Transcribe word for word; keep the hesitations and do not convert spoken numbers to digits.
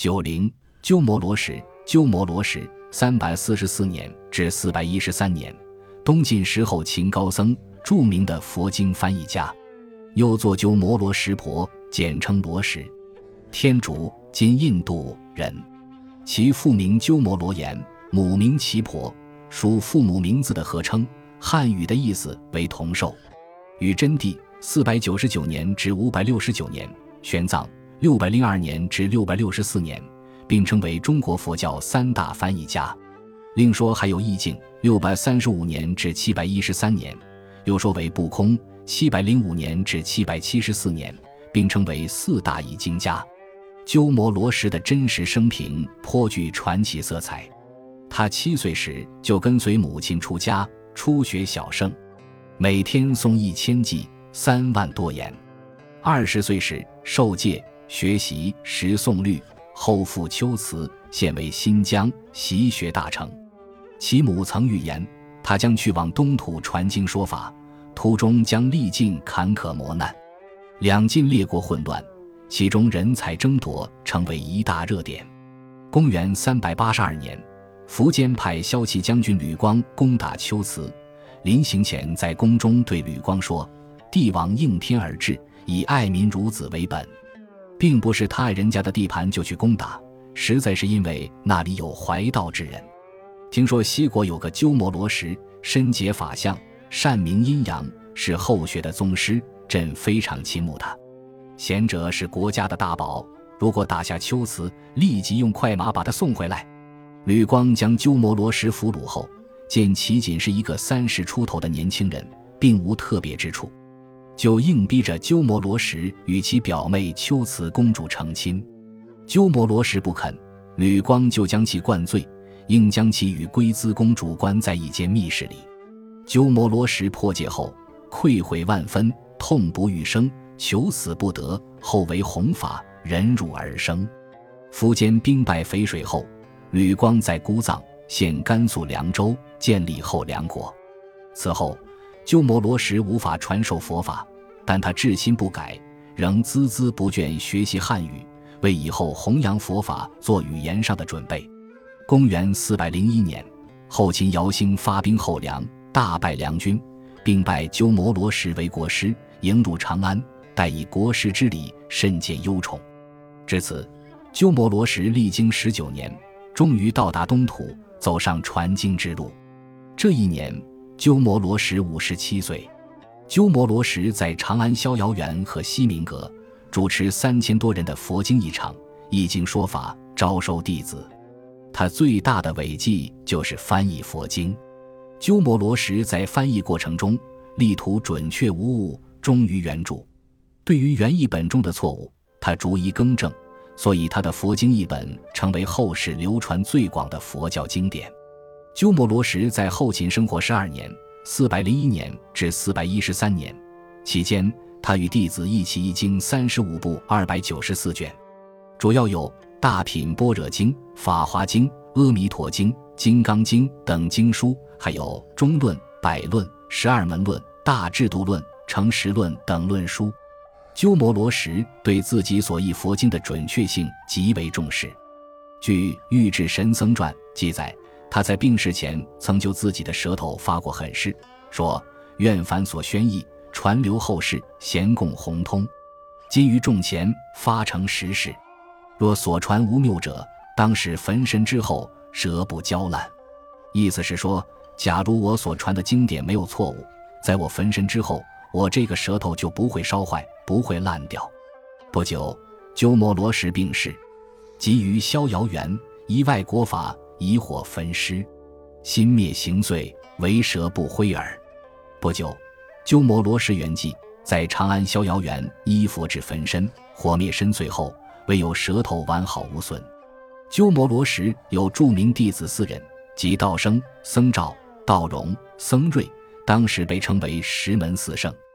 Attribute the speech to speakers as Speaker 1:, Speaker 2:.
Speaker 1: 九零鸠摩罗什，鸠摩罗什三百四十四年至四百一十三年，东晋时后秦高僧，著名的佛经翻译家，又作鸠摩罗什婆，简称罗什。天竺今印度人，其父名鸠摩罗言，母名奇婆，属父母名字的合称，汉语的意思为同寿。与真谛四百九十九年至五百六十九年，玄奘六百零二年至六百六十四年，并称为中国佛教三大翻译家。另说还有义净六百三十五年至七百一十三年，又说为不空七百零五年至七百七十四年，并称为四大译经家。鸠摩罗什的真实生平颇具传奇色彩。他七岁时就跟随母亲出家，初学小乘，每天诵一千偈，三万多言。二十岁时受戒，学习十诵律，后赴龟兹，现为新疆习学大成。其母曾预言，他将去往东土传经说法，途中将历尽坎坷磨难。两晋列国混乱，其中人才争夺成为一大热点。公元三百八十二年，苻坚派骁骑将军吕光攻打龟兹，临行前在宫中对吕光说，帝王应天而治，以爱民如子为本，并不是他爱人家的地盘就去攻打，实在是因为那里有怀道之人。听说西国有个鸠摩罗什，深解法相，善明阴阳，是后学的宗师，朕非常倾慕他。贤者是国家的大宝，如果打下龟兹，立即用快马把他送回来。吕光将鸠摩罗什俘虏后，见其仅是一个三十出头的年轻人，并无特别之处，就硬逼着鸠摩罗什与其表妹龟兹公主成亲。鸠摩罗什不肯，吕光就将其灌醉，硬将其与龟兹公主关在一间密室里。鸠摩罗什破戒后，愧悔万分，痛不欲生，求死不得，后为弘法，忍辱而生。苻坚兵败淝水后，吕光在姑臧现甘肃凉州建立后梁国。此后鸠摩罗什无法传授佛法，但他至心不改，仍孜孜不倦学习汉语，为以后弘扬佛法做语言上的准备。公元四百零一年，后秦姚兴发兵后梁，大败梁军，并拜鸠摩罗什为国师，迎入长安，待以国师之礼，甚见忧宠。至此，鸠摩罗什历经十九年，终于到达东土，走上传经之路。这一年，鸠摩罗什五十七岁。鸠摩罗什在长安逍遥园和西明阁主持三千多人的佛经一场，译经说法，招收弟子。他最大的伟绩就是翻译佛经。鸠摩罗什在翻译过程中力图准确无误，忠于原著。对于原译本中的错误，他逐一更正，所以他的佛经译本成为后世流传最广的佛教经典。鸠摩罗什在后秦生活十二年，四百零一年至四百一十三年，期间他与弟子一起译经三十五部二百九十四卷，主要有大品般若经、法华经、阿弥陀经、金刚经等经书，还有中论、百论、十二门论、大制度论、成实论等论书。鸠摩罗什对自己所译佛经的准确性极为重视。据《玉智神僧传》记载，他在病逝前曾就自己的舌头发过狠誓，说愿凡所宣译，传流后世，咸共弘通。今于众前发成实事，若所传无谬者，当使焚身之后，舌不焦烂。意思是说，假如我所传的经典没有错误，在我焚身之后，我这个舌头就不会烧坏，不会烂掉。不久，鸠摩罗什病逝，即于逍遥园以外国法，以火焚尸，心灭形碎，唯舌不灰耳。不久，鸠摩罗什圆寂，在长安逍遥园依佛至焚身，火灭身碎后，唯有舌头完好无损。鸠摩罗什有著名弟子四人，即道生、僧肇、道融、僧瑞，当时被称为十门四圣。